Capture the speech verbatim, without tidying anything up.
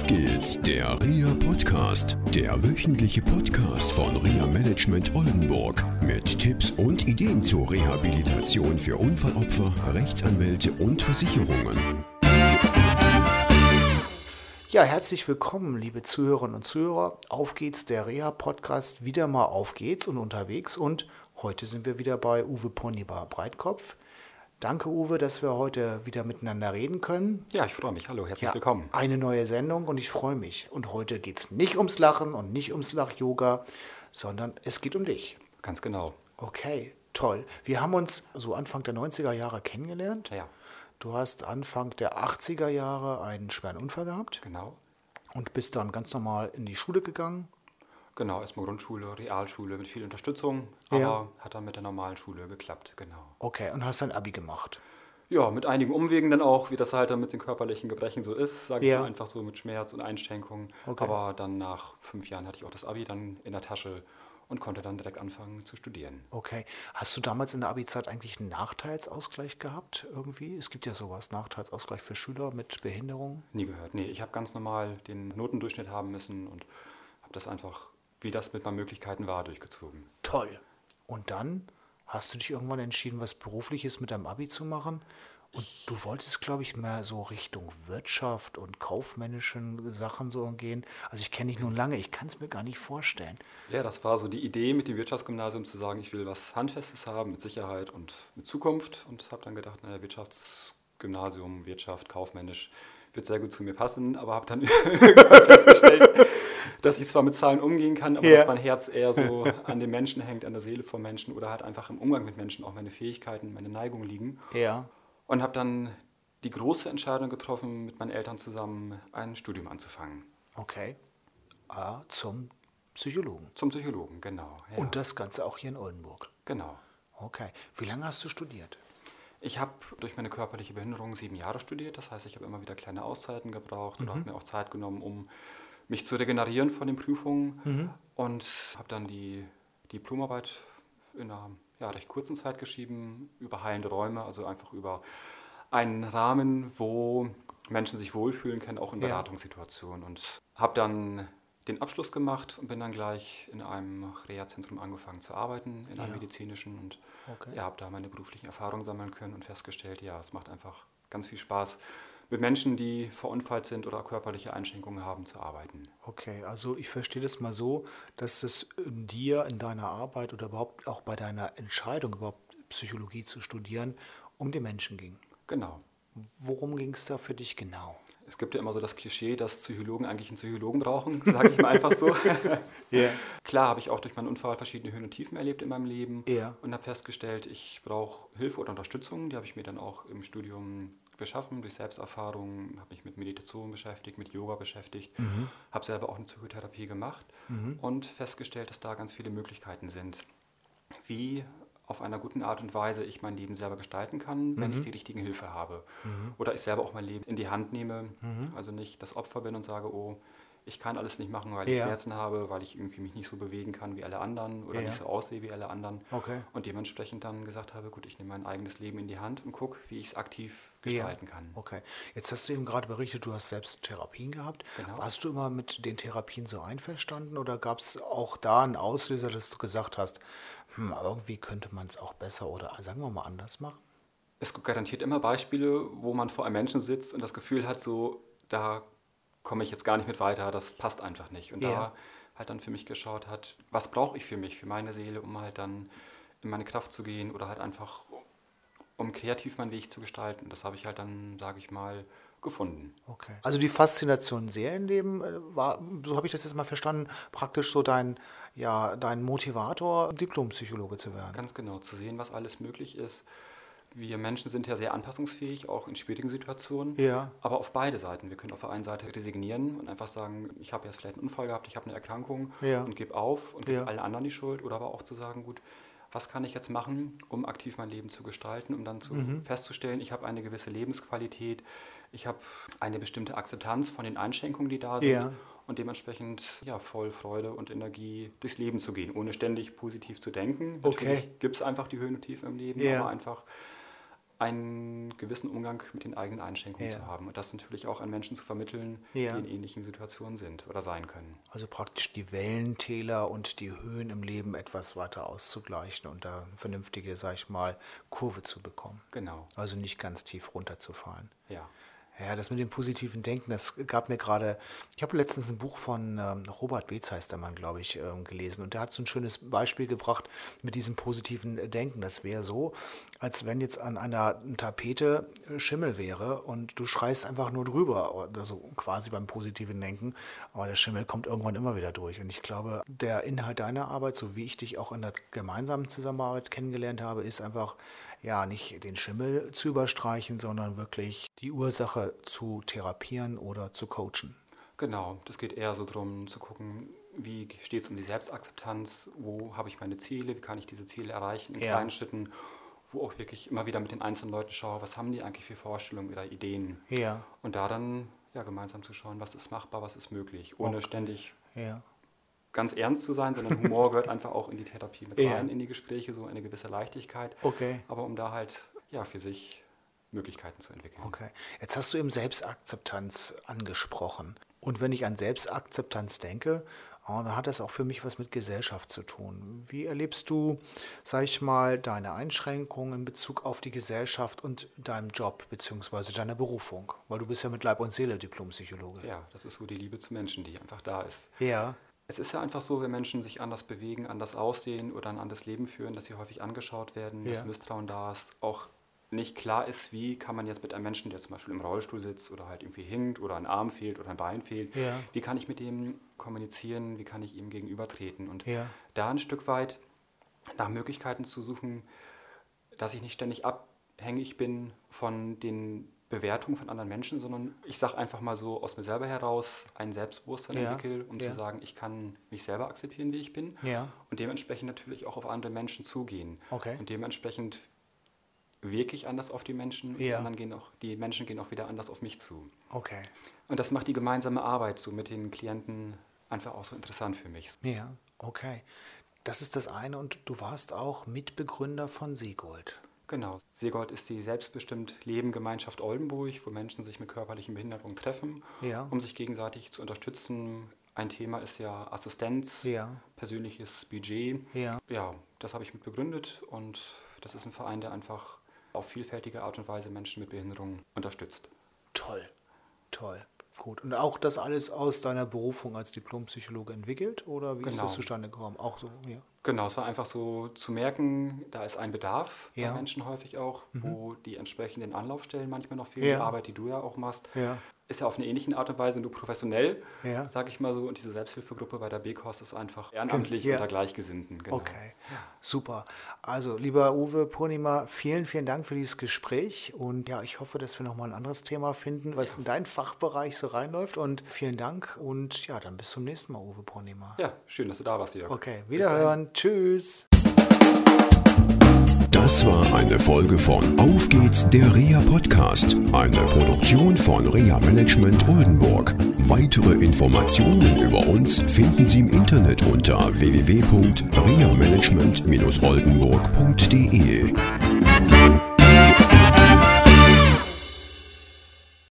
Auf geht's, der R I A-Podcast, der wöchentliche Podcast von R I A Management Oldenburg mit Tipps und Ideen zur Rehabilitation für Unfallopfer, Rechtsanwälte und Versicherungen. Ja, herzlich willkommen, liebe Zuhörerinnen und Zuhörer. Auf geht's, der R I A-Podcast, wieder mal auf geht's und unterwegs. Und heute sind wir wieder bei Uwe Ponybar-Breitkopf. Danke, Uwe, dass wir heute wieder miteinander reden können. Ja, ich freue mich. Hallo, herzlich ja, willkommen. Eine neue Sendung und ich freue mich. Und heute geht es nicht ums Lachen und nicht ums Lach-Yoga, sondern es geht um dich. Ganz genau. Okay, toll. Wir haben uns so Anfang der neunziger Jahre kennengelernt. Ja. Du hast Anfang der achtziger Jahre einen schweren Unfall gehabt. Genau. Und bist dann ganz normal in die Schule gegangen. Genau, erstmal Grundschule, Realschule mit viel Unterstützung, aber Ja. hat dann mit der normalen Schule geklappt, genau. Okay, und hast dann Abi gemacht. Ja, mit einigen Umwegen dann auch, wie das halt dann mit den körperlichen Gebrechen so ist, sage Ja. ich mal, einfach so mit Schmerz und Einschränkungen. Okay. Aber dann nach fünf Jahren hatte ich auch das Abi dann in der Tasche und konnte dann direkt anfangen zu studieren. Okay. Hast du damals in der Abi-Zeit eigentlich einen Nachteilsausgleich gehabt irgendwie? Es gibt ja sowas, Nachteilsausgleich für Schüler mit Behinderung. Nie gehört. Nee, ich habe ganz normal den Notendurchschnitt haben müssen und habe das einfach, wie das mit meinen Möglichkeiten war, durchgezogen. Toll. Und dann hast du dich irgendwann entschieden, was Berufliches mit deinem Abi zu machen? Und du wolltest, glaube ich, mehr so Richtung Wirtschaft und kaufmännischen Sachen so gehen. Also ich kenne dich nun lange, ich kann es mir gar nicht vorstellen. Ja, das war so die Idee mit dem Wirtschaftsgymnasium zu sagen, ich will was Handfestes haben mit Sicherheit und mit Zukunft und habe dann gedacht, naja, Wirtschaftsgymnasium, Wirtschaft, kaufmännisch wird sehr gut zu mir passen, aber habe dann festgestellt, dass ich zwar mit Zahlen umgehen kann, aber Ja. dass mein Herz eher so an den Menschen hängt, an der Seele von Menschen oder halt einfach im Umgang mit Menschen auch meine Fähigkeiten, meine Neigungen liegen. Ja. Und habe dann die große Entscheidung getroffen, mit meinen Eltern zusammen ein Studium anzufangen. Okay. Ah, zum Psychologen. Zum Psychologen, genau. Ja. Und das Ganze auch hier in Oldenburg. Genau. Okay. Wie lange hast du studiert? Ich habe durch meine körperliche Behinderung sieben Jahre studiert. Das heißt, ich habe immer wieder kleine Auszeiten gebraucht oder habe mir auch Zeit genommen, um mich zu regenerieren von den Prüfungen. Mhm. Und habe dann die Diplomarbeit in einer ja, recht kurzen Zeit geschrieben über heilende Räume, also einfach über einen Rahmen, wo Menschen sich wohlfühlen können, auch in Ja. Beratungssituationen. Und habe dann den Abschluss gemacht und bin dann gleich in einem Reha-Zentrum angefangen zu arbeiten, in einem Ja. medizinischen und Okay. ja, habe da meine beruflichen Erfahrungen sammeln können und festgestellt, ja, es macht einfach ganz viel Spaß, mit Menschen, die verunfallt sind oder körperliche Einschränkungen haben, zu arbeiten. Okay, also ich verstehe das mal so, dass es in dir, in deiner Arbeit oder überhaupt auch bei deiner Entscheidung, überhaupt Psychologie zu studieren, um den Menschen ging. Genau. Worum ging es da für dich genau? Es gibt ja immer so das Klischee, dass Psychologen eigentlich einen Psychologen brauchen, sage ich mal einfach so. Ja. Klar habe ich auch durch meinen Unfall verschiedene Höhen und Tiefen erlebt in meinem Leben Ja. und habe festgestellt, ich brauche Hilfe oder Unterstützung. Die habe ich mir dann auch im Studium beschaffen, durch Selbsterfahrung, habe mich mit Meditation beschäftigt, mit Yoga beschäftigt, Mhm. habe selber auch eine Psychotherapie gemacht und festgestellt, dass da ganz viele Möglichkeiten sind, wie auf einer guten Art und Weise ich mein Leben selber gestalten kann, wenn ich die richtigen Hilfe habe. Oder ich selber auch mein Leben in die Hand nehme, also nicht das Opfer bin und sage, oh, ich kann alles nicht machen, weil ich Ja. Schmerzen habe, weil ich irgendwie mich nicht so bewegen kann wie alle anderen oder Ja. nicht so aussehe wie alle anderen. Okay. Und dementsprechend dann gesagt habe, gut, ich nehme mein eigenes Leben in die Hand und gucke, wie ich es aktiv gestalten kann. Okay. Jetzt hast du eben gerade berichtet, du hast selbst Therapien gehabt. Genau. Warst du immer mit den Therapien so einverstanden oder gab es auch da einen Auslöser, dass du gesagt hast, hm, irgendwie könnte man es auch besser oder sagen wir mal anders machen? Es gibt garantiert immer Beispiele, wo man vor einem Menschen sitzt und das Gefühl hat, so, da komme ich jetzt gar nicht mit weiter, das passt einfach nicht. Und Ja. da halt dann für mich geschaut hat, was brauche ich für mich, für meine Seele, um halt dann in meine Kraft zu gehen oder halt einfach, um kreativ meinen Weg zu gestalten. Das habe ich halt dann, sage ich mal, gefunden. Okay. Also die Faszination Seelenleben äh, war, so habe ich das jetzt mal verstanden, praktisch so dein, ja, dein Motivator, Diplompsychologe zu werden. Ganz genau, zu sehen, was alles möglich ist. Wir Menschen sind ja sehr anpassungsfähig, auch in schwierigen Situationen, Ja. aber auf beide Seiten. Wir können auf der einen Seite resignieren und einfach sagen, ich habe jetzt vielleicht einen Unfall gehabt, ich habe eine Erkrankung Ja. und gebe auf und gebe Ja. allen anderen die Schuld. Oder aber auch zu sagen, gut, was kann ich jetzt machen, um aktiv mein Leben zu gestalten, um dann zu festzustellen, ich habe eine gewisse Lebensqualität, ich habe eine bestimmte Akzeptanz von den Einschränkungen, die da sind. Ja. Und dementsprechend ja, voll Freude und Energie durchs Leben zu gehen, ohne ständig positiv zu denken. Okay. Natürlich gibt es einfach die Höhen und Tiefen im Leben, Ja. aber einfach einen gewissen Umgang mit den eigenen Einschränkungen Ja. zu haben und das natürlich auch an Menschen zu vermitteln, Ja. die in ähnlichen Situationen sind oder sein können. Also praktisch die Wellentäler und die Höhen im Leben etwas weiter auszugleichen und da eine vernünftige, sag ich mal, Kurve zu bekommen. Genau, Also nicht ganz tief runterzufallen. ja. Ja, das mit dem positiven Denken, das gab mir gerade, ich habe letztens ein Buch von ähm, Robert Beetz, heißt der Mann, glaube ich, ähm, gelesen und der hat so ein schönes Beispiel gebracht mit diesem positiven Denken. Das wäre so, als wenn jetzt an einer Tapete Schimmel wäre und du schreist einfach nur drüber, also quasi beim positiven Denken, aber der Schimmel kommt irgendwann immer wieder durch. Und ich glaube, der Inhalt deiner Arbeit, so wie ich dich auch in der gemeinsamen Zusammenarbeit kennengelernt habe, ist einfach, ja, nicht den Schimmel zu überstreichen, sondern wirklich die Ursache zu therapieren oder zu coachen. Genau, das geht eher so darum zu gucken, wie steht es um die Selbstakzeptanz, wo habe ich meine Ziele, wie kann ich diese Ziele erreichen in Ja. kleinen Schritten, wo auch wirklich immer wieder mit den einzelnen Leuten schaue, was haben die eigentlich für Vorstellungen oder Ideen. Ja, Und da dann ja, gemeinsam zu schauen, was ist machbar, was ist möglich, ohne Okay. ständig ja, ganz ernst zu sein, sondern Humor gehört einfach auch in die Therapie mit Ja. rein, in die Gespräche, so eine gewisse Leichtigkeit, okay. aber um da halt ja, für sich Möglichkeiten zu entwickeln. Okay. Jetzt hast du eben Selbstakzeptanz angesprochen. Und wenn ich an Selbstakzeptanz denke, oh, dann hat das auch für mich was mit Gesellschaft zu tun. Wie erlebst du, sag ich mal, deine Einschränkungen in Bezug auf die Gesellschaft und deinem Job bzw. deiner Berufung? Weil du bist ja mit Leib und Seele Diplompsychologe. Ja, das ist so die Liebe zu Menschen, die einfach da ist. Ja, Es ist ja einfach so, wenn Menschen sich anders bewegen, anders aussehen oder ein anderes Leben führen, dass sie häufig angeschaut werden, Ja. dass Misstrauen da ist, auch nicht klar ist, wie kann man jetzt mit einem Menschen, der zum Beispiel im Rollstuhl sitzt oder halt irgendwie hinkt oder ein Arm fehlt oder ein Bein fehlt, Ja. wie kann ich mit dem kommunizieren, wie kann ich ihm gegenübertreten und Ja. da ein Stück weit nach Möglichkeiten zu suchen, dass ich nicht ständig abhängig bin von den Bewertungen von anderen Menschen, sondern ich sage einfach mal so aus mir selber heraus ein Selbstbewusstsein Ja, entwickle, um ja. zu sagen, ich kann mich selber akzeptieren, wie ich bin Ja. und dementsprechend natürlich auch auf andere Menschen zugehen. Okay. Und dementsprechend wirke ich anders auf die Menschen und die, Ja. anderen gehen auch, die Menschen gehen auch wieder anders auf mich zu. Okay. Und das macht die gemeinsame Arbeit so mit den Klienten einfach auch so interessant für mich. Ja, okay. Das ist das eine und du warst auch Mitbegründer von Seegold. Genau. Seegold ist die selbstbestimmt Leben-Gemeinschaft Oldenburg, wo Menschen sich mit körperlichen Behinderungen treffen, Ja. um sich gegenseitig zu unterstützen. Ein Thema ist ja Assistenz, Ja. persönliches Budget. Ja. Ja, das habe ich mit begründet und das ist ein Verein, der einfach auf vielfältige Art und Weise Menschen mit Behinderungen unterstützt. Toll, toll, gut. Und auch das alles aus deiner Berufung als Diplompsychologe entwickelt oder wie ist Genau. das zustande gekommen? Auch so, ja. Genau, es war einfach so zu merken, da ist ein Bedarf Ja. bei Menschen häufig auch, wo die entsprechenden Anlaufstellen manchmal noch fehlen. Ja. Die Arbeit, die du ja auch machst, Ja. ist ja auf eine ähnliche Art und Weise nur professionell, Ja. sag ich mal so. Und diese Selbsthilfegruppe bei der B-Kost ist einfach ehrenamtlich Ja. unter Gleichgesinnten. Genau. Okay, super. Also, lieber Uwe Purnima, vielen, vielen Dank für dieses Gespräch. Und ja, ich hoffe, dass wir nochmal ein anderes Thema finden, was in deinen Fachbereich so reinläuft. Und vielen Dank und ja, dann bis zum nächsten Mal, Uwe Purnima. Ja, schön, dass du da warst, Jörg. Okay, Bis dahin. wiederhören. Tschüss. Das war eine Folge von Auf geht's, der R E A Podcast, eine Produktion von R E A Management Oldenburg. Weitere Informationen über uns finden Sie im Internet unter w w w punkt reamanagement Bindestrich oldenburg punkt d e.